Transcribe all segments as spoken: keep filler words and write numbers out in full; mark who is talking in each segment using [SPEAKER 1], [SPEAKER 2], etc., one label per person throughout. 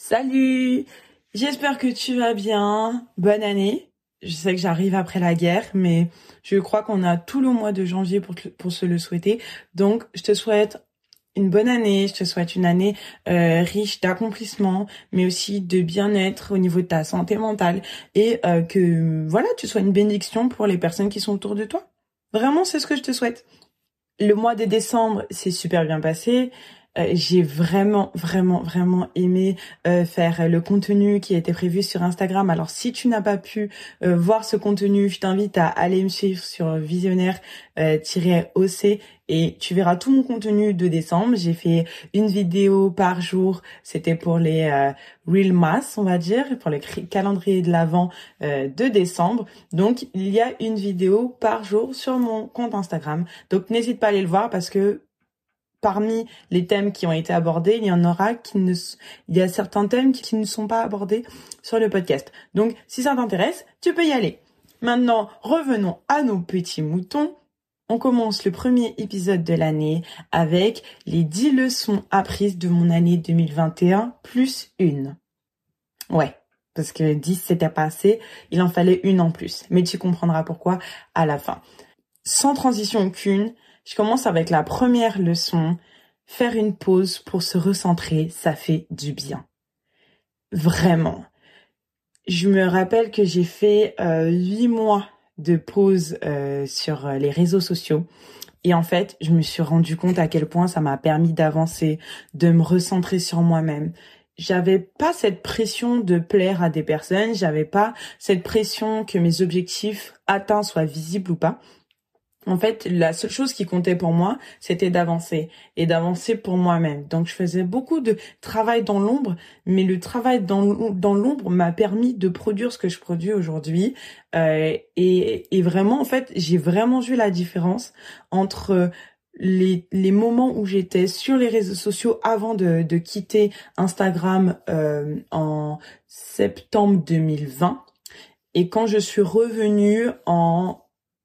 [SPEAKER 1] Salut! J'espère que tu vas bien. Bonne année. Je sais que j'arrive après la guerre, mais je crois qu'on a tout le mois de janvier pour, te- pour se le souhaiter. Donc, je te souhaite une bonne année. Je te souhaite une année euh, riche d'accomplissements, mais aussi de bien-être au niveau de ta santé mentale. Et euh, que, voilà, tu sois une bénédiction pour les personnes qui sont autour de toi. Vraiment, c'est ce que je te souhaite. Le mois de décembre s'est super bien passé. Euh, j'ai vraiment, vraiment, vraiment aimé euh, faire le contenu qui était prévu sur Instagram. Alors, si tu n'as pas pu euh, voir ce contenu, je t'invite à aller me suivre sur visionnaire-O C et tu verras tout mon contenu de décembre. J'ai fait une vidéo par jour. C'était pour les euh, Real Mass, on va dire, pour le cri- calendrier de l'Avent euh, de décembre. Donc, il y a une vidéo par jour sur mon compte Instagram. Donc, n'hésite pas à aller le voir parce que parmi les thèmes qui ont été abordés, il y en aura qui ne, s- il y a certains thèmes qui ne sont pas abordés sur le podcast. Donc, si ça t'intéresse, tu peux y aller. Maintenant, revenons à nos petits moutons. On commence le premier épisode de l'année avec les dix leçons apprises de mon année deux mille vingt et un plus une. Ouais. Parce que dix c'était pas assez, il en fallait une en plus. Mais tu comprendras pourquoi à la fin. Sans transition aucune, je commence avec la première leçon. Faire une pause pour se recentrer, ça fait du bien. Vraiment. Je me rappelle que j'ai fait euh, huit mois de pause euh, sur euh, les réseaux sociaux. Et en fait, je me suis rendu compte à quel point ça m'a permis d'avancer, de me recentrer sur moi-même. J'avais pas cette pression de plaire à des personnes, j'avais pas cette pression que mes objectifs atteints soient visibles ou pas. En fait, la seule chose qui comptait pour moi, c'était d'avancer et d'avancer pour moi-même. Donc, je faisais beaucoup de travail dans l'ombre, mais le travail dans l'om- dans l'ombre m'a permis de produire ce que je produis aujourd'hui. Euh, et, et vraiment, en fait, j'ai vraiment vu la différence entre les, les moments où j'étais sur les réseaux sociaux avant de, de quitter Instagram euh, en septembre deux mille vingt et quand je suis revenue en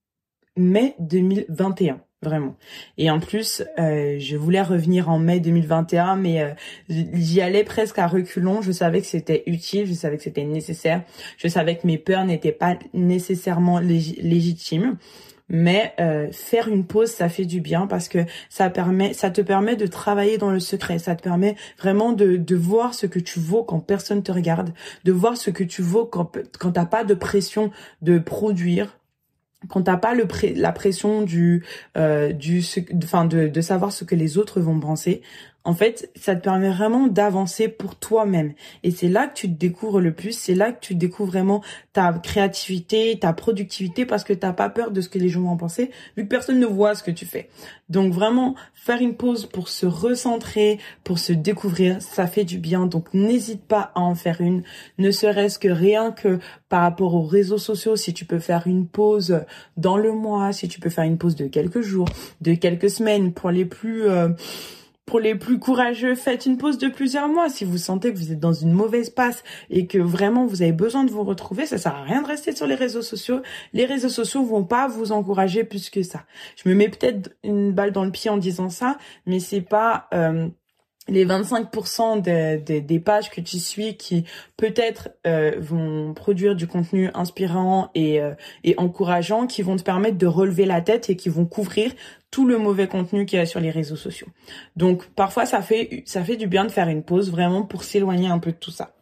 [SPEAKER 1] mai deux mille vingt et un, vraiment. Et en plus, euh, je voulais revenir en mai deux mille vingt et un, mais euh, j'y allais presque à reculons. Je savais que c'était utile, je savais que c'était nécessaire, je savais que mes peurs n'étaient pas nécessairement lég- légitimes. Mais euh, faire une pause, ça fait du bien parce que ça permet, ça te permet de travailler dans le secret. Ça te permet vraiment de, de voir ce que tu vaux quand personne te regarde, de voir ce que tu vaux quand quand t'as pas de pression de produire, quand t'as pas le pré- la pression du euh, du ce- enfin de de savoir ce que les autres vont penser. En fait, ça te permet vraiment d'avancer pour toi-même. Et c'est là que tu te découvres le plus, c'est là que tu découvres vraiment ta créativité, ta productivité, parce que t'as pas peur de ce que les gens vont penser, vu que personne ne voit ce que tu fais. Donc vraiment, faire une pause pour se recentrer, pour se découvrir, ça fait du bien. Donc n'hésite pas à en faire une, ne serait-ce que rien que par rapport aux réseaux sociaux, si tu peux faire une pause dans le mois, si tu peux faire une pause de quelques jours, de quelques semaines, pour les plus euh, pour les plus courageux, faites une pause de plusieurs mois. Si vous sentez que vous êtes dans une mauvaise passe et que vraiment vous avez besoin de vous retrouver, ça sert à rien de rester sur les réseaux sociaux. Les réseaux sociaux vont pas vous encourager plus que ça. Je me mets peut-être une balle dans le pied en disant ça, mais c'est pas euh, les vingt-cinq pour cent des, des, des pages que tu suis qui peut-être euh, vont produire du contenu inspirant et, euh, et encourageant, qui vont te permettre de relever la tête et qui vont couvrir tout le mauvais contenu qu'il y a sur les réseaux sociaux. Donc parfois ça fait ça fait du bien de faire une pause vraiment pour s'éloigner un peu de tout ça.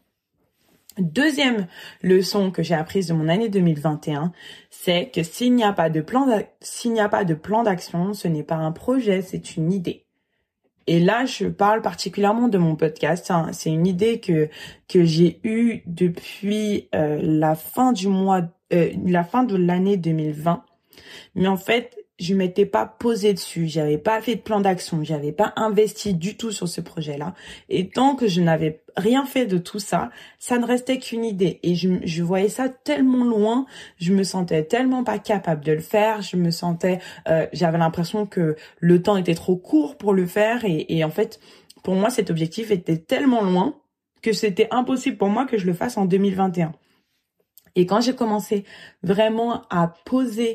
[SPEAKER 1] Deuxième leçon que j'ai apprise de mon année deux mille vingt et un, c'est que s'il n'y a pas de plan d'ac- s'il n'y a pas de plan d'action, ce n'est pas un projet, c'est une idée. Et là, je parle particulièrement de mon podcast. Hein. C'est une idée que que j'ai eue depuis euh, la fin du mois, euh, la fin de l'année deux mille vingt. Mais en fait, je m'étais pas posée dessus. J'avais pas fait de plan d'action. J'avais pas investi du tout sur ce projet-là. Et tant que je n'avais rien fait de tout ça, ça ne restait qu'une idée. Et je, je voyais ça tellement loin. Je me sentais tellement pas capable de le faire. Je me sentais, euh, j'avais l'impression que le temps était trop court pour le faire. Et, et en fait, pour moi, cet objectif était tellement loin que c'était impossible pour moi que je le fasse en deux mille vingt et un. Et quand j'ai commencé vraiment à poser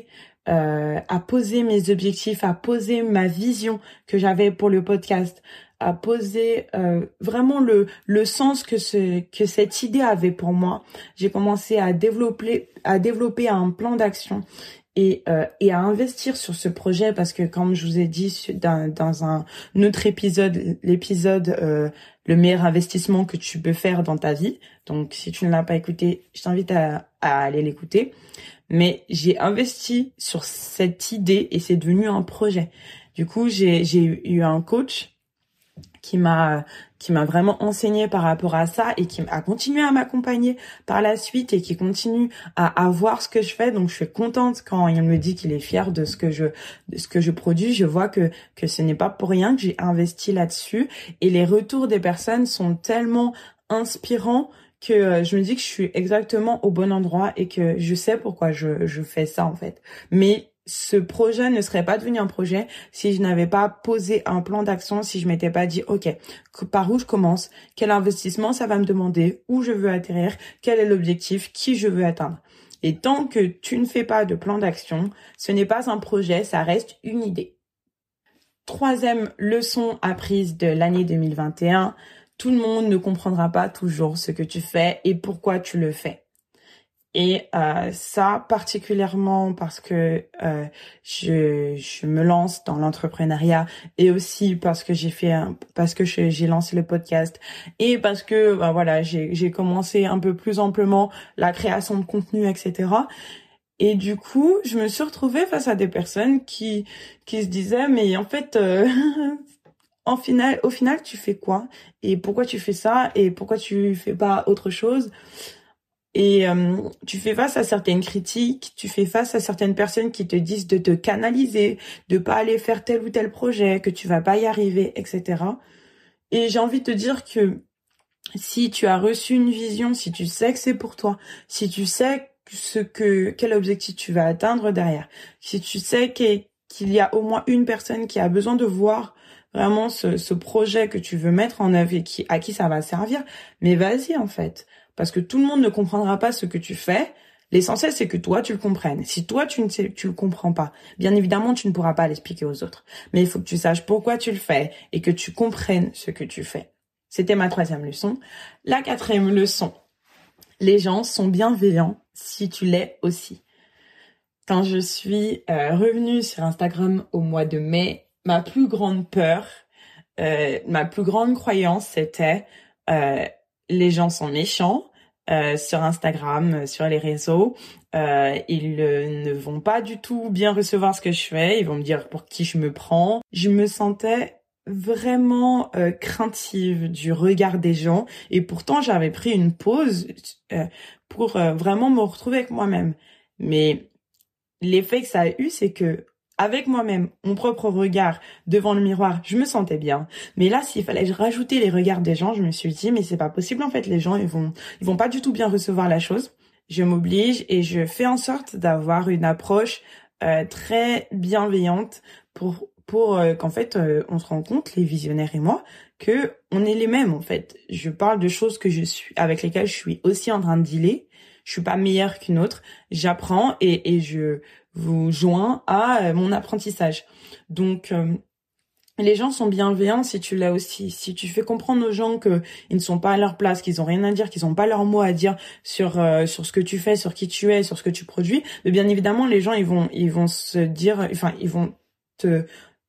[SPEAKER 1] euh, à poser mes objectifs, à poser ma vision que j'avais pour le podcast, à poser euh, vraiment le le sens que ce que cette idée avait pour moi. J'ai commencé à développer à développer un plan d'action et euh, et à investir sur ce projet parce que comme je vous ai dit dans dans un autre épisode, l'épisode euh, le meilleur investissement que tu peux faire dans ta vie. Donc si tu ne l'as pas écouté, je t'invite à à aller l'écouter. Mais j'ai investi sur cette idée et c'est devenu un projet. Du coup, j'ai j'ai eu un coach qui m'a qui m'a vraiment enseigné par rapport à ça et qui a continué à m'accompagner par la suite et qui continue à, à voir ce que je fais. Donc je suis contente quand il me dit qu'il est fier de ce que je de ce que je produis. Je vois que que ce n'est pas pour rien que j'ai investi là-dessus et les retours des personnes sont tellement inspirants que euh, je me dis que je suis exactement au bon endroit et que je sais pourquoi je je fais ça en fait. Mais ce projet ne serait pas devenu un projet si je n'avais pas posé un plan d'action, si je m'étais pas dit, OK, par où je commence, quel investissement ça va me demander, où je veux atterrir, quel est l'objectif, qui je veux atteindre. Et tant que tu ne fais pas de plan d'action, ce n'est pas un projet, ça reste une idée. Troisième leçon apprise de l'année deux mille vingt et un, tout le monde ne comprendra pas toujours ce que tu fais et pourquoi tu le fais. Et euh, ça, particulièrement parce que euh, je, je me lance dans l'entrepreneuriat et aussi parce que j'ai fait un, parce que je- j'ai lancé le podcast et parce que bah, voilà j'ai j'ai commencé un peu plus amplement la création de contenu, et cetera. Et du coup, je me suis retrouvée face à des personnes qui qui se disaient mais en fait euh, en final au final tu fais quoi et pourquoi tu fais ça et pourquoi tu fais pas autre chose? Et euh, tu fais face à certaines critiques, tu fais face à certaines personnes qui te disent de te canaliser, de pas aller faire tel ou tel projet, que tu vas pas y arriver, et cetera. Et j'ai envie de te dire que si tu as reçu une vision, si tu sais que c'est pour toi, si tu sais ce que quel objectif tu vas atteindre derrière, si tu sais qu'il qu'il y a au moins une personne qui a besoin de voir vraiment ce, ce projet que tu veux mettre en œuvre et qui à qui ça va servir, mais vas-y en fait. Parce que tout le monde ne comprendra pas ce que tu fais. L'essentiel, c'est que toi, tu le comprennes. Si toi, tu ne sais, tu le comprends pas, bien évidemment, tu ne pourras pas l'expliquer aux autres. Mais il faut que tu saches pourquoi tu le fais et que tu comprennes ce que tu fais. C'était ma troisième leçon. La quatrième leçon. Les gens sont bienveillants si tu l'es aussi. Quand je suis euh, revenue sur Instagram au mois de mai, ma plus grande peur, euh, ma plus grande croyance, c'était euh, les gens sont méchants euh, sur Instagram, euh, sur les réseaux. Euh, ils euh, ne vont pas du tout bien recevoir ce que je fais. Ils vont me dire pour qui je me prends. Je me sentais vraiment euh, craintive du regard des gens et pourtant j'avais pris une pause euh, pour euh, vraiment me retrouver avec moi-même. Mais l'effet que ça a eu, c'est que avec moi-même, mon propre regard devant le miroir, je me sentais bien. Mais là, s'il fallait rajouter les regards des gens, je me suis dit, mais c'est pas possible, en fait, les gens, ils vont, ils vont pas du tout bien recevoir la chose. Je m'oblige et je fais en sorte d'avoir une approche euh, très bienveillante pour pour euh, qu'en fait, euh, on se rend compte, les visionnaires et moi, que on est les mêmes, en fait. Je parle de choses que je suis, avec lesquelles je suis aussi en train de dealer. Je suis pas meilleure qu'une autre. J'apprends et, et je vous joins à euh, mon apprentissage. Donc, euh, les gens sont bienveillants si tu l'as aussi. Si tu fais comprendre aux gens que ils ne sont pas à leur place, qu'ils ont rien à dire, qu'ils ont pas leur mot à dire sur euh, sur ce que tu fais, sur qui tu es, sur ce que tu produis, mais bien évidemment, les gens ils vont ils vont se dire, enfin ils vont te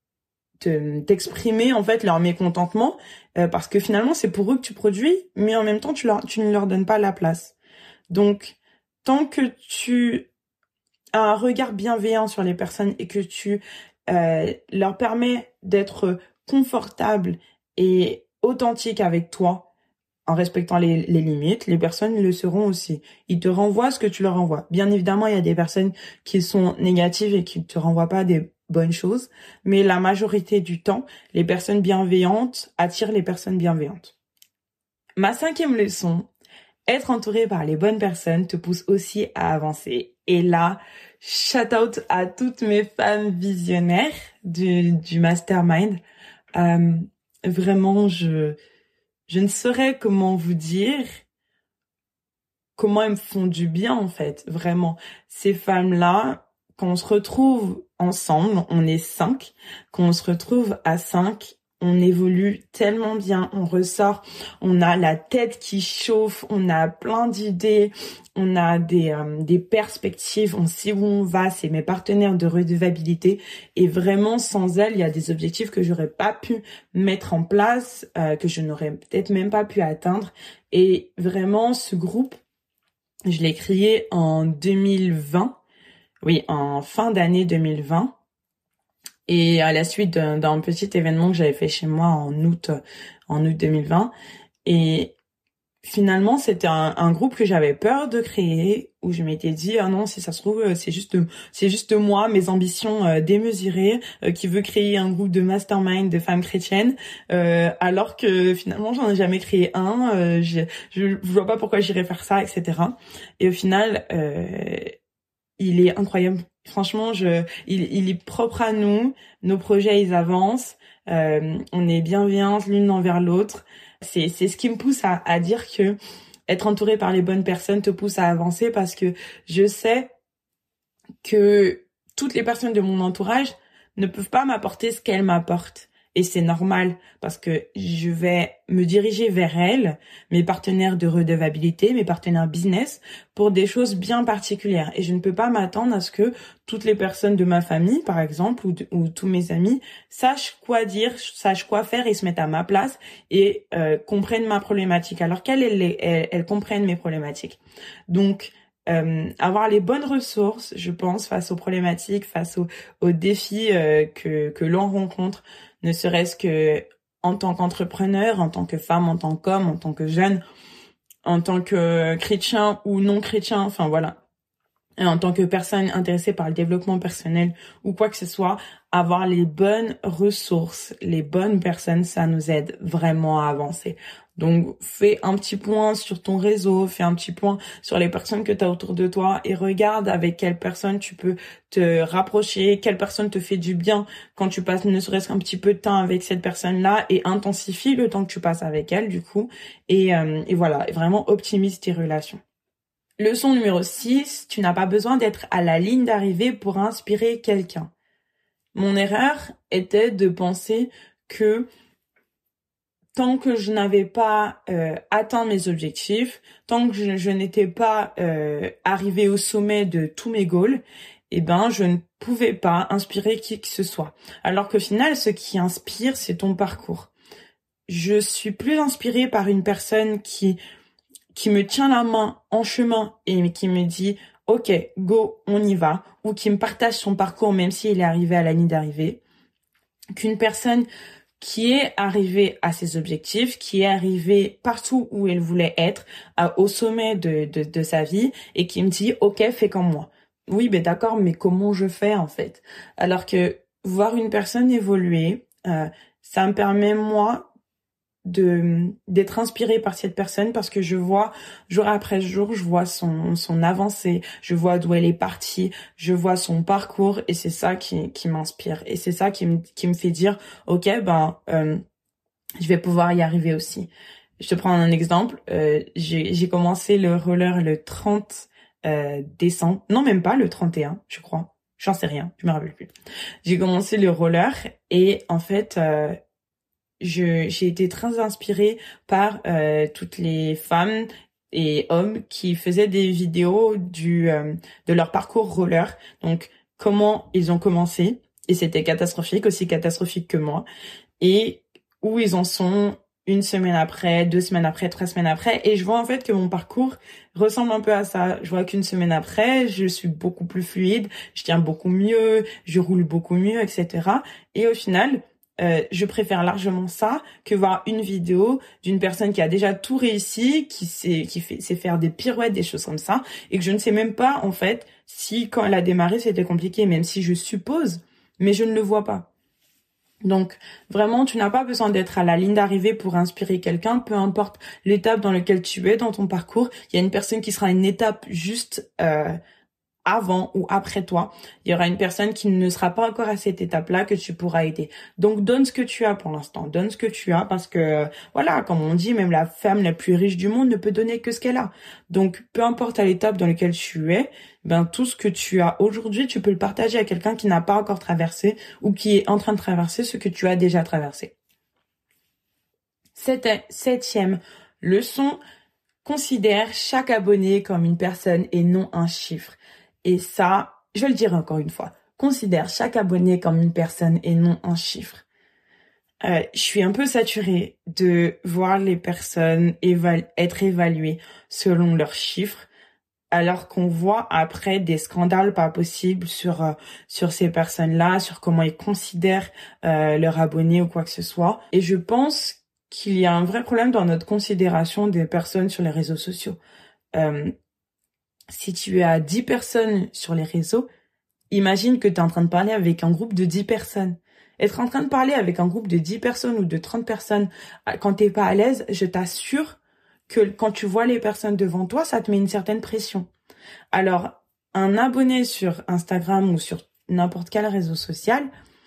[SPEAKER 1] te t'exprimer en fait leur mécontentement euh, parce que finalement c'est pour eux que tu produis, mais en même temps tu leur tu ne leur donnes pas la place. Donc, tant que tu as un regard bienveillant sur les personnes et que tu euh, leur permets d'être confortables et authentiques avec toi, en respectant les, les limites, les personnes le seront aussi. Ils te renvoient ce que tu leur envoies. Bien évidemment, il y a des personnes qui sont négatives et qui te renvoient pas des bonnes choses, mais la majorité du temps, les personnes bienveillantes attirent les personnes bienveillantes. Ma cinquième leçon, être entouré par les bonnes personnes te pousse aussi à avancer. Et là, shout out à toutes mes femmes visionnaires du, du mastermind. Euh, vraiment, je, je ne saurais comment vous dire comment elles me font du bien, en fait. Vraiment. Ces femmes-là, quand on se retrouve ensemble, on est cinq, quand on se retrouve à cinq, on évolue tellement bien, on ressort, on a la tête qui chauffe, on a plein d'idées, on a des euh, des perspectives, on sait où on va, c'est mes partenaires de redevabilité et vraiment sans elles, il y a des objectifs que j'aurais pas pu mettre en place, euh, que je n'aurais peut-être même pas pu atteindre et vraiment ce groupe, je l'ai créé en deux mille vingt, oui, en fin d'année deux mille vingt. Et à la suite d'un, d'un petit événement que j'avais fait chez moi en août, en août deux mille vingt. Et finalement, c'était un, un groupe que j'avais peur de créer, où je m'étais dit, ah non, si ça se trouve, c'est juste, c'est juste moi, mes ambitions euh, démesurées, euh, qui veut créer un groupe de mastermind de femmes chrétiennes, euh, alors que finalement, j'en ai jamais créé un, euh, je, je vois pas pourquoi j'irais faire ça, et cetera. Et au final, euh, il est incroyable. Franchement, je, il, il est propre à nous. Nos projets, ils avancent. Euh, on est bienveillantes l'une envers l'autre. C'est, c'est ce qui me pousse à, à dire que être entouré par les bonnes personnes te pousse à avancer parce que je sais que toutes les personnes de mon entourage ne peuvent pas m'apporter ce qu'elles m'apportent. Et c'est normal parce que je vais me diriger vers elles, mes partenaires de redevabilité, mes partenaires business, pour des choses bien particulières. Et je ne peux pas m'attendre à ce que toutes les personnes de ma famille, par exemple, ou, de, ou tous mes amis, sachent quoi dire, sachent quoi faire et se mettent à ma place et euh, comprennent ma problématique. Alors qu'elles, elles, elles, elles comprennent mes problématiques. Donc, Euh, avoir les bonnes ressources, je pense, face aux problématiques, face aux, aux défis euh, que que l'on rencontre, ne serait-ce que en tant qu'entrepreneur, en tant que femme, en tant qu'homme, en tant que jeune, en tant que chrétien ou non chrétien, enfin voilà. Et en tant que personne intéressée par le développement personnel ou quoi que ce soit, avoir les bonnes ressources, les bonnes personnes, ça nous aide vraiment à avancer. Donc, fais un petit point sur ton réseau, fais un petit point sur les personnes que tu as autour de toi et regarde avec quelle personne tu peux te rapprocher, quelle personne te fait du bien quand tu passes ne serait-ce qu'un petit peu de temps avec cette personne-là et intensifie le temps que tu passes avec elle, du coup. Et, euh, et voilà, vraiment optimise tes relations. Leçon numéro six, tu n'as pas besoin d'être à la ligne d'arrivée pour inspirer quelqu'un. Mon erreur était de penser que tant que je n'avais pas euh, atteint mes objectifs, tant que je, je n'étais pas euh, arrivée au sommet de tous mes goals, eh ben je ne pouvais pas inspirer qui que ce soit. Alors qu'au final, ce qui inspire, c'est ton parcours. Je suis plus inspirée par une personne qui qui me tient la main en chemin et qui me dit « Ok, go, on y va », ou qui me partage son parcours même s'il est arrivé à la ligne d'arrivée, qu'une personne qui est arrivée à ses objectifs, qui est arrivée partout où elle voulait être, à, au sommet de, de, de sa vie, et qui me dit « Ok, fais comme moi ». Oui, ben d'accord, mais comment je fais en fait? Alors que voir une personne évoluer, euh, ça me permet, moi, de d'être inspirée par cette personne parce que je vois jour après jour, je vois son son avancée, je vois d'où elle est partie, je vois son parcours et c'est ça qui qui m'inspire et c'est ça qui me qui me fait dire OK, ben euh, je vais pouvoir y arriver aussi. Je te prends un exemple, euh, j'ai j'ai commencé le roller le trente euh, décembre, non même pas le trente et un, je crois. J'en sais rien, je me rappelle plus. J'ai commencé le roller et en fait euh, Je, j'ai été très inspirée par euh, toutes les femmes et hommes qui faisaient des vidéos du euh, de leur parcours roller. Donc, comment ils ont commencé, et c'était catastrophique, aussi catastrophique que moi, et où ils en sont une semaine après, deux semaines après, trois semaines après. Et je vois en fait que mon parcours ressemble un peu à ça. Je vois qu'une semaine après, je suis beaucoup plus fluide, je tiens beaucoup mieux, je roule beaucoup mieux, et cetera. Et au final, Euh, je préfère largement ça que voir une vidéo d'une personne qui a déjà tout réussi, qui sait, qui fait, sait faire des pirouettes, des choses comme ça, et que je ne sais même pas, en fait, si quand elle a démarré, c'était compliqué, même si je suppose, mais je ne le vois pas. Donc, vraiment, tu n'as pas besoin d'être à la ligne d'arrivée pour inspirer quelqu'un, peu importe l'étape dans laquelle tu es dans ton parcours. Il y a une personne qui sera à une étape juste euh, avant ou après toi, il y aura une personne qui ne sera pas encore à cette étape-là que tu pourras aider. Donc donne ce que tu as pour l'instant, donne ce que tu as parce que euh, voilà, comme on dit, même la femme la plus riche du monde ne peut donner que ce qu'elle a. Donc peu importe à l'étape dans laquelle tu es, ben tout ce que tu as aujourd'hui, tu peux le partager à quelqu'un qui n'a pas encore traversé ou qui est en train de traverser ce que tu as déjà traversé. C'était septième leçon, considère chaque abonné comme une personne et non un chiffre. Et ça, je vais le dire encore une fois, considère chaque abonné comme une personne et non un chiffre. Euh, je suis un peu saturée de voir les personnes évalu- être évaluées selon leurs chiffres, alors qu'on voit après des scandales pas possibles sur euh, sur ces personnes-là, sur comment ils considèrent euh, leurs abonnés ou quoi que ce soit. Et je pense qu'il y a un vrai problème dans notre considération des personnes sur les réseaux sociaux. Euh, si tu as dix personnes sur les réseaux, imagine que tu es en train de parler avec un groupe de dix personnes. Être en train de parler avec un groupe de dix personnes ou de trente personnes, quand t'es pas à l'aise, je t'assure que quand tu vois les personnes devant toi, ça te met une certaine pression. Alors, un abonné sur Instagram ou sur n'importe quel réseau social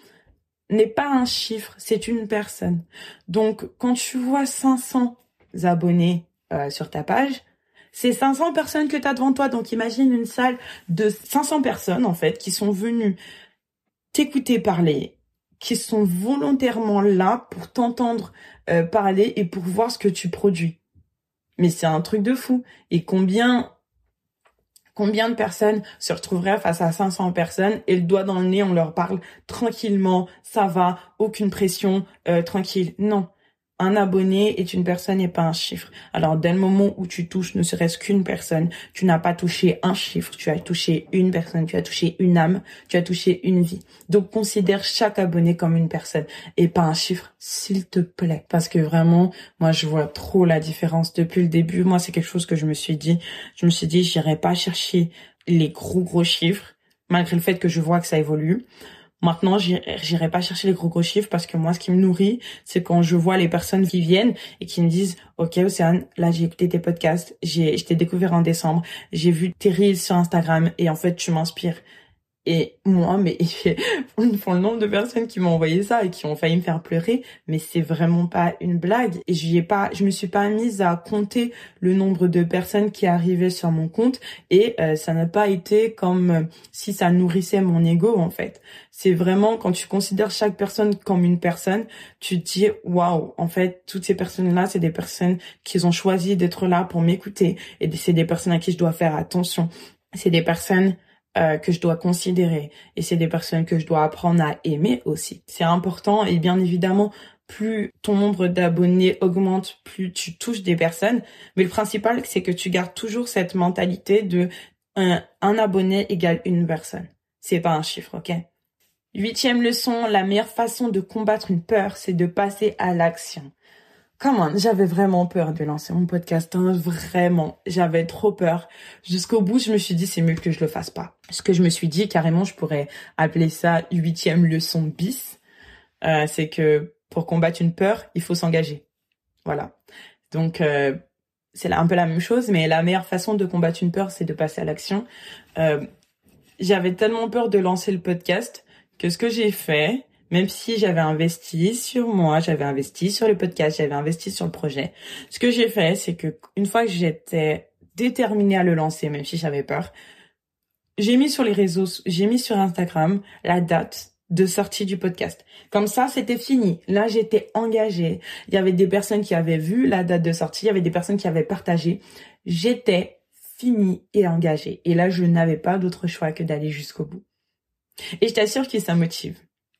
[SPEAKER 1] n'est pas un chiffre, c'est une personne. Donc, quand tu vois cinq cents abonnés euh, sur ta page, c'est cinq cents personnes que tu as devant toi. Donc, imagine une salle de cinq cents personnes, en fait, qui sont venues t'écouter parler, qui sont volontairement là pour t'entendre euh, parler et pour voir ce que tu produis. Mais c'est un truc de fou. Et combien... Combien de personnes se retrouveraient face à cinq cents personnes et le doigt dans le nez, on leur parle tranquillement, ça va, aucune pression, euh, tranquille. Non, un abonné est une personne et pas un chiffre. Alors, dès le moment où tu touches ne serait-ce qu'une personne, tu n'as pas touché un chiffre, tu as touché une personne, tu as touché une âme, tu as touché une vie. Donc, considère chaque abonné comme une personne et pas un chiffre, s'il te plaît. Parce que vraiment, moi, je vois trop la différence depuis le début. Moi, c'est quelque chose que je me suis dit. Je me suis dit, j'irai pas chercher les gros, gros chiffres, malgré le fait que je vois que ça évolue. Maintenant, j'irai pas chercher les gros gros chiffres parce que moi, ce qui me nourrit, c'est quand je vois les personnes qui viennent et qui me disent « Ok, Océane, là, j'ai écouté tes podcasts, j'ai, je t'ai découvert en décembre, j'ai vu tes reels sur Instagram et en fait, tu m'inspires. » Et moi, mais pour le nombre de personnes qui m'ont envoyé ça et qui ont failli me faire pleurer, mais c'est vraiment pas une blague. Et j'y ai pas, je me suis pas mise à compter le nombre de personnes qui arrivaient sur mon compte et euh, ça n'a pas été comme euh, si ça nourrissait mon ego en fait. C'est vraiment quand tu considères chaque personne comme une personne, tu te dis waouh, en fait toutes ces personnes-là, c'est des personnes qui ont choisi d'être là pour m'écouter et c'est des personnes à qui je dois faire attention. C'est des personnes Euh, que je dois considérer et c'est des personnes que je dois apprendre à aimer aussi. C'est important et bien évidemment, plus ton nombre d'abonnés augmente, plus tu touches des personnes. Mais le principal, c'est que tu gardes toujours cette mentalité de un, un abonné égale une personne. C'est pas un chiffre, ok? Huitième leçon, la meilleure façon de combattre une peur, c'est de passer à l'action. Come on, j'avais vraiment peur de lancer mon podcast, hein, vraiment, j'avais trop peur. Jusqu'au bout, je me suis dit, c'est mieux que je le fasse pas. Ce que je me suis dit, carrément, je pourrais appeler ça huitième leçon bis, euh, c'est que pour combattre une peur, il faut s'engager. Voilà. Donc, euh, c'est un peu la même chose, mais la meilleure façon de combattre une peur, c'est de passer à l'action. Euh, j'avais tellement peur de lancer le podcast que ce que j'ai fait... Même si j'avais investi sur moi, j'avais investi sur le podcast, j'avais investi sur le projet. Ce que j'ai fait, c'est que une fois que j'étais déterminée à le lancer, même si j'avais peur, j'ai mis sur les réseaux, j'ai mis sur Instagram la date de sortie du podcast. Comme ça, c'était fini. Là, j'étais engagée. Il y avait des personnes qui avaient vu la date de sortie, il y avait des personnes qui avaient partagé. J'étais finie et engagée. Et là, je n'avais pas d'autre choix que d'aller jusqu'au bout. Et je t'assure que ça motive.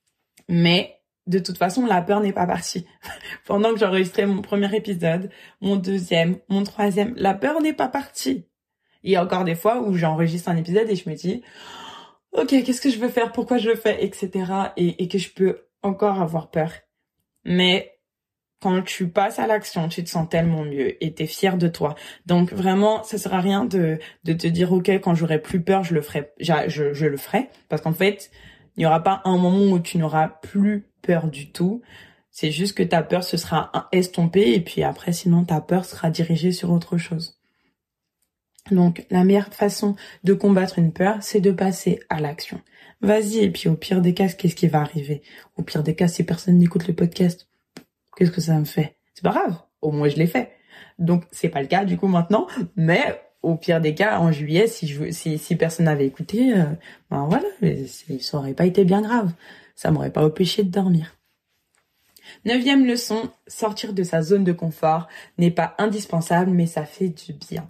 [SPEAKER 1] Mais de toute façon, la peur n'est pas partie. Pendant que j'enregistrais mon premier épisode, mon deuxième, mon troisième, la peur n'est pas partie. Il y a encore des fois où j'enregistre un épisode et je me dis « Ok, qu'est-ce que je veux faire? Pourquoi je le fais? » et cetera. Et, et que je peux encore avoir peur. Mais quand tu passes à l'action, tu te sens tellement mieux et t'es fier de toi. Donc vraiment, ça sert à rien de, de te dire « Ok, quand j'aurai plus peur, je le ferai. Je, je, je le ferai. » Parce qu'en fait... il n'y aura pas un moment où tu n'auras plus peur du tout. C'est juste que ta peur, ce sera estompée et puis après, sinon, ta peur sera dirigée sur autre chose. Donc, la meilleure façon de combattre une peur, c'est de passer à l'action. Vas-y, et puis au pire des cas, qu'est-ce qui va arriver? Au pire des cas, si personne n'écoute le podcast, qu'est-ce que ça me fait? C'est pas grave, au moins je l'ai fait. Donc, c'est pas le cas du coup maintenant, mais au pire des cas, en juillet, si je, si, si personne n'avait écouté, euh, ben voilà, ça aurait pas été bien grave. Ça m'aurait pas empêché de dormir. Neuvième leçon, sortir de sa zone de confort n'est pas indispensable, mais ça fait du bien.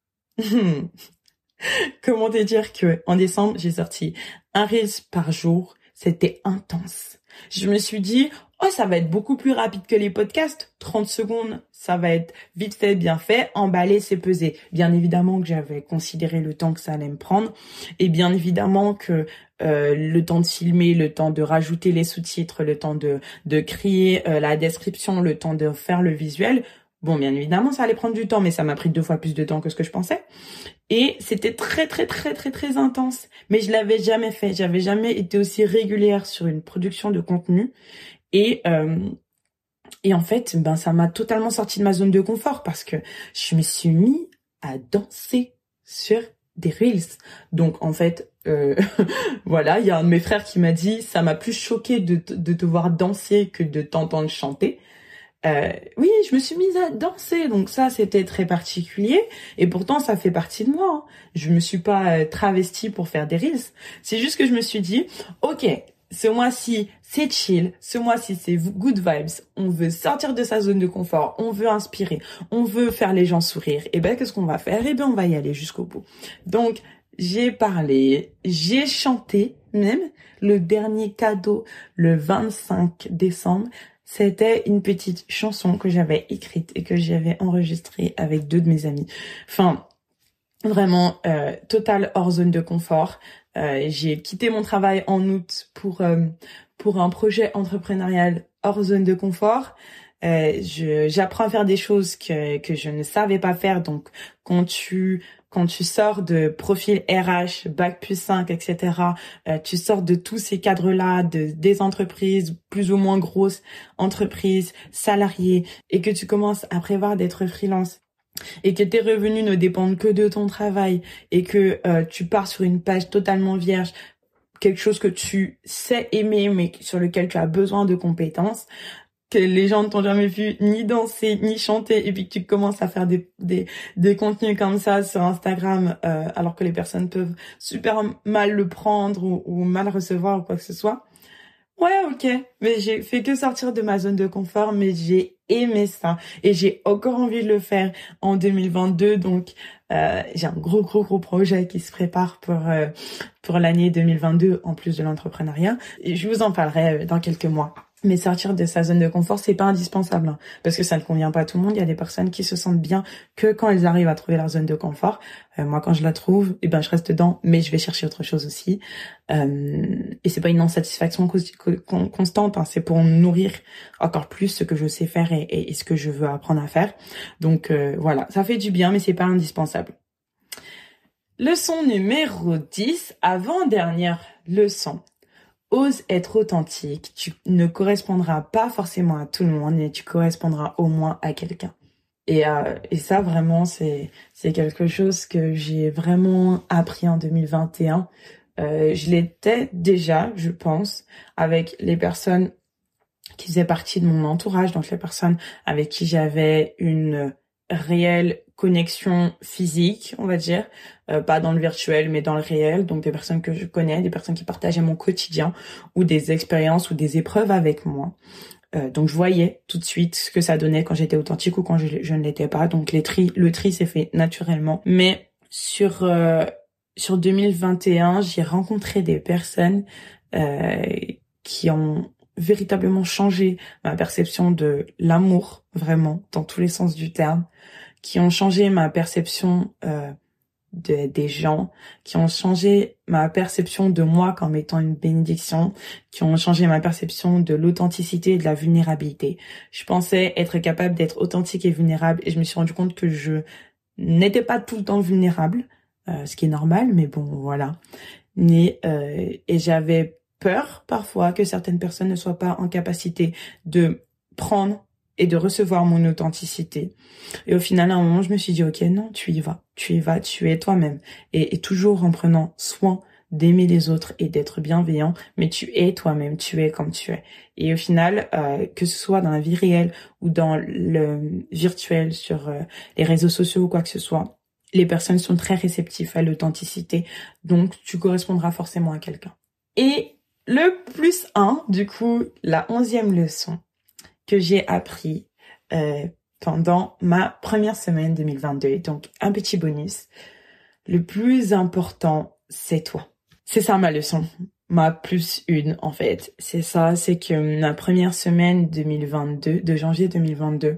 [SPEAKER 1] Comment te dire que en décembre, j'ai sorti un Reels par jour. C'était intense. Je me suis dit, oh, ça va être beaucoup plus rapide que les podcasts. trente secondes, ça va être vite fait, bien fait. Emballer, c'est peser. Bien évidemment que j'avais considéré le temps que ça allait me prendre. Et bien évidemment que euh, le temps de filmer, le temps de rajouter les sous-titres, le temps de, de créer euh, la description, le temps de faire le visuel. Bon, bien évidemment, ça allait prendre du temps, mais ça m'a pris deux fois plus de temps que ce que je pensais. Et c'était très, très, très, très, très intense. Mais je l'avais jamais fait. J'avais jamais été aussi régulière sur une production de contenu. Et, euh, et en fait, ben, ça m'a totalement sorti de ma zone de confort parce que je me suis mis à danser sur des Reels. Donc, en fait, euh, voilà, il y a un de mes frères qui m'a dit, ça m'a plus choqué de, t- de te voir danser que de t'entendre chanter. Euh, oui, je me suis mise à danser, donc ça c'était très particulier et pourtant ça fait partie de moi. Hein. Je me suis pas euh, travestie pour faire des reels. C'est juste que je me suis dit, ok, ce mois-ci c'est chill, ce mois-ci c'est good vibes. On veut sortir de sa zone de confort, on veut inspirer, on veut faire les gens sourire. Et ben qu'est-ce qu'on va faire? Et ben on va y aller jusqu'au bout. Donc j'ai parlé, j'ai chanté même. Le dernier cadeau le vingt-cinq décembre. C'était une petite chanson que j'avais écrite et que j'avais enregistrée avec deux de mes amis. Enfin, vraiment, euh, total hors zone de confort. Euh, j'ai quitté mon travail en août pour euh, pour un projet entrepreneurial hors zone de confort. Euh, je, j'apprends à faire des choses que que je ne savais pas faire. Donc, quand tu quand tu sors de profil R H, bac plus cinq, et cetera, euh, tu sors de tous ces cadres-là, de des entreprises plus ou moins grosses, entreprises, salariés, et que tu commences à prévoir d'être freelance, et que tes revenus ne dépendent que de ton travail, et que euh, tu pars sur une page totalement vierge, quelque chose que tu sais aimer, mais sur lequel tu as besoin de compétences, que les gens ne t'ont jamais vu ni danser ni chanter et puis que tu commences à faire des des des contenus comme ça sur Instagram euh, alors que les personnes peuvent super mal le prendre ou, ou mal recevoir ou quoi que ce soit. Ouais, ok, mais j'ai fait que sortir de ma zone de confort, mais j'ai aimé ça et j'ai encore envie de le faire en deux mille vingt-deux. Donc euh, j'ai un gros gros gros projet qui se prépare pour euh, pour l'année deux mille vingt-deux en plus de l'entrepreneuriat et je vous en parlerai dans quelques mois. Mais sortir de sa zone de confort, c'est pas indispensable, hein, parce que ça ne convient pas à tout le monde. Il y a des personnes qui se sentent bien que quand elles arrivent à trouver leur zone de confort. Euh, moi, quand je la trouve, eh ben, je reste dedans, mais je vais chercher autre chose aussi. Euh, et c'est pas une non-satisfaction con- constante, hein, c'est pour nourrir encore plus ce que je sais faire et, et, et ce que je veux apprendre à faire. Donc euh, voilà, ça fait du bien, mais c'est pas indispensable. Leçon numéro dix, avant-dernière leçon. Ose être authentique, tu ne correspondras pas forcément à tout le monde, mais tu correspondras au moins à quelqu'un. Et, euh, et ça, vraiment, c'est c'est quelque chose que j'ai vraiment appris en deux mille vingt et un. Euh, je l'étais déjà, je pense, avec les personnes qui faisaient partie de mon entourage, donc les personnes avec qui j'avais une réelle connexion physique, on va dire, euh, pas dans le virtuel mais dans le réel, donc des personnes que je connais, des personnes qui partageaient mon quotidien ou des expériences ou des épreuves avec moi. Euh, donc je voyais tout de suite ce que ça donnait quand j'étais authentique ou quand je, je ne l'étais pas. Donc les tri, le tri s'est fait naturellement. Mais sur euh, sur deux mille vingt et un, j'ai rencontré des personnes euh, qui ont véritablement changé ma perception de l'amour, vraiment, dans tous les sens du terme, qui ont changé ma perception euh, de, des gens, qui ont changé ma perception de moi comme étant une bénédiction, qui ont changé ma perception de l'authenticité et de la vulnérabilité. Je pensais être capable d'être authentique et vulnérable et je me suis rendu compte que je n'étais pas tout le temps vulnérable, euh, ce qui est normal, mais bon, voilà. Mais, euh, et j'avais peur parfois que certaines personnes ne soient pas en capacité de prendre et de recevoir mon authenticité. Et au final, à un moment, je me suis dit, ok, non, tu y vas, tu y vas, tu es toi-même. Et, et toujours en prenant soin d'aimer les autres et d'être bienveillant, mais tu es toi-même, tu es comme tu es. Et au final, euh, que ce soit dans la vie réelle ou dans le virtuel, sur euh, les réseaux sociaux ou quoi que ce soit, les personnes sont très réceptives à l'authenticité, donc tu correspondras forcément à quelqu'un. Et le plus un, du coup, la onzième leçon que j'ai appris euh, pendant ma première semaine deux mille vingt-deux, donc un petit bonus, le plus important, c'est toi. C'est ça ma leçon, ma plus une en fait. C'est ça, c'est que ma première semaine deux mille vingt-deux, de janvier deux mille vingt-deux,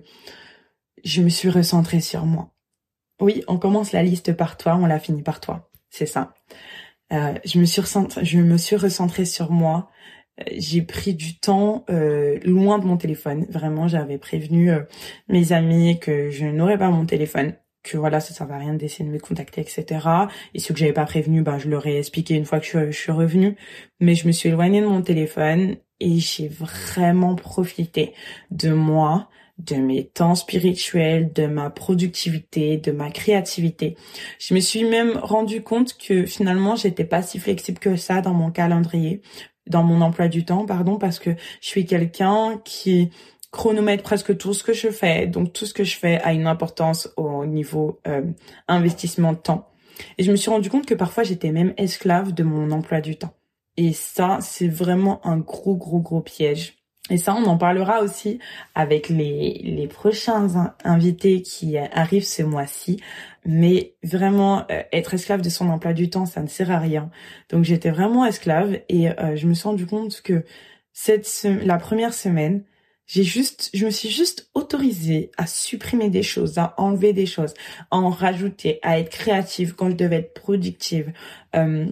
[SPEAKER 1] je me suis recentrée sur moi. Oui, on commence la liste par toi, on la finit par toi. C'est ça. Euh, je me suis recentrée, je me suis recentrée sur moi. J'ai pris du temps euh, loin de mon téléphone. Vraiment, j'avais prévenu euh, mes amis que je n'aurais pas mon téléphone, que voilà, ça servait à rien d'essayer de me contacter, et cetera. Et ceux que j'avais pas prévenu, ben je leur ai expliqué une fois que je, je suis revenue. Mais je me suis éloignée de mon téléphone et j'ai vraiment profité de moi, de mes temps spirituels, de ma productivité, de ma créativité. Je me suis même rendu compte que finalement, j'étais pas si flexible que ça dans mon calendrier, dans mon emploi du temps, pardon, parce que je suis quelqu'un qui chronomètre presque tout ce que je fais. Donc, tout ce que je fais a une importance au niveau euh, investissement de temps. Et je me suis rendu compte que parfois, j'étais même esclave de mon emploi du temps. Et ça, c'est vraiment un gros, gros, gros piège. Et ça, on en parlera aussi avec les, les prochains invités qui arrivent ce mois-ci. Mais vraiment, euh, être esclave de son emploi du temps, ça ne sert à rien. Donc, j'étais vraiment esclave et euh, je me suis rendu compte que cette se- la première semaine, j'ai juste, je me suis juste autorisée à supprimer des choses, à enlever des choses, à en rajouter, à être créative quand je devais être productive, euh,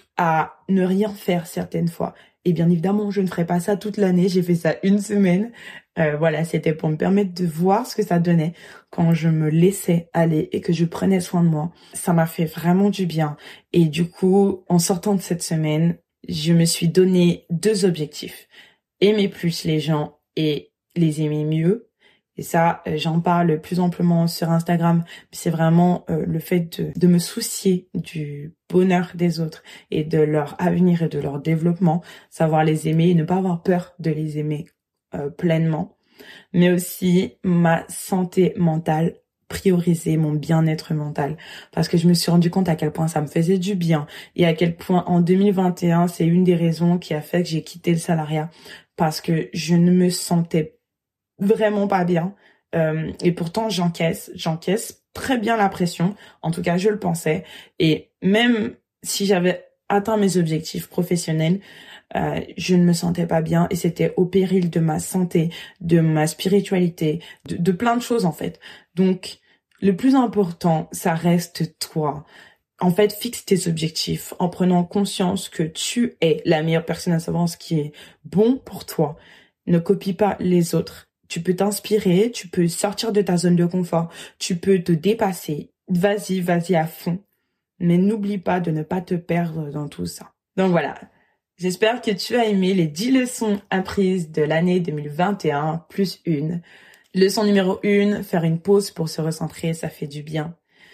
[SPEAKER 1] à ne rien faire certaines fois. Et bien évidemment, je ne ferai pas ça toute l'année. J'ai fait ça une semaine. Euh, voilà, c'était pour me permettre de voir ce que ça donnait quand je me laissais aller et que je prenais soin de moi. Ça m'a fait vraiment du bien. Et du coup, en sortant de cette semaine, je me suis donné deux objectifs. Aimer plus les gens et les aimer mieux. Et ça, euh, j'en parle plus amplement sur Instagram. C'est vraiment euh, le fait de, de me soucier du bonheur des autres et de leur avenir et de leur développement. Savoir les aimer et ne pas avoir peur de les aimer euh, pleinement. Mais aussi ma santé mentale, prioriser mon bien-être mental. Parce que je me suis rendu compte à quel point ça me faisait du bien. Et à quel point en deux mille vingt et un, c'est une des raisons qui a fait que j'ai quitté le salariat. Parce que je ne me sentais vraiment pas bien. Euh, et pourtant, j'encaisse, j'encaisse très bien la pression. En tout cas, je le pensais. Et même si j'avais atteint mes objectifs professionnels, euh, je ne me sentais pas bien et c'était au péril de ma santé, de ma spiritualité, de, de plein de choses en fait. Donc, le plus important, ça reste toi. En fait, fixe tes objectifs en prenant conscience que tu es la meilleure personne à savoir ce qui est bon pour toi. Ne copie pas les autres. Tu peux t'inspirer, tu peux sortir de ta zone de confort, tu peux te dépasser. Vas-y, vas-y à fond. Mais n'oublie pas de ne pas te perdre dans tout ça. Donc voilà. J'espère que tu as aimé les dix leçons apprises de l'année deux mille vingt et un, plus une. Leçon numéro un, faire une pause pour se recentrer, ça fait du bien.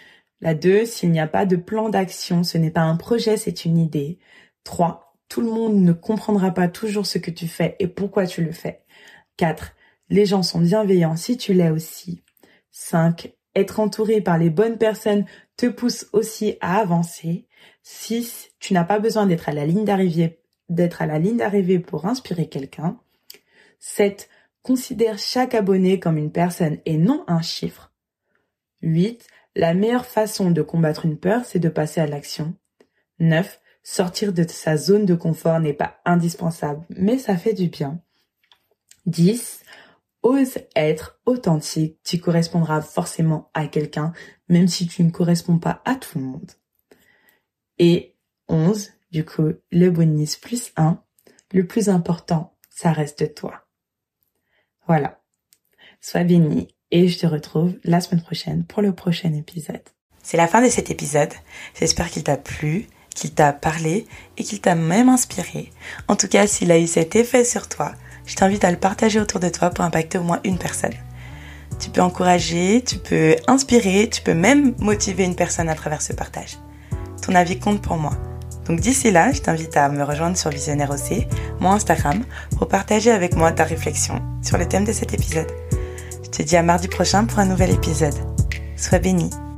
[SPEAKER 1] La deux, s'il n'y a pas de plan d'action, ce n'est pas un projet, c'est une idée. trois, tout le monde ne comprendra pas toujours ce que tu fais et pourquoi tu le fais. quatre, les gens sont bienveillants si tu l'es aussi. cinq, être entouré par les bonnes personnes te pousse aussi à avancer. six, tu n'as pas besoin d'être à la ligne d'arrivée, d'être à la ligne d'arrivée pour inspirer quelqu'un. sept, considère chaque abonné comme une personne et non un chiffre. huit, la meilleure façon de combattre une peur, c'est de passer à l'action. neuf, sortir de sa zone de confort n'est pas indispensable, mais ça fait du bien. dix, ose être authentique, tu correspondras forcément à quelqu'un, même si tu ne corresponds pas à tout le monde. Et onze, du coup, le bonus plus un, le plus important, ça reste toi. Voilà. Sois béni et je te retrouve la semaine prochaine pour le prochain épisode. C'est la fin de cet épisode. J'espère qu'il t'a plu, qu'il t'a parlé et qu'il t'a même inspiré. En tout cas, s'il a eu cet effet sur toi, je t'invite à le partager autour de toi pour impacter au moins une personne.
[SPEAKER 2] Tu peux encourager, tu peux inspirer, tu peux même motiver une personne à travers ce partage. Ton avis compte pour moi. Donc d'ici là, je t'invite à me rejoindre sur Visionnaire O C, mon Instagram, pour partager avec moi ta réflexion sur le thème de cet épisode. Je te dis à mardi prochain pour un nouvel épisode. Sois béni.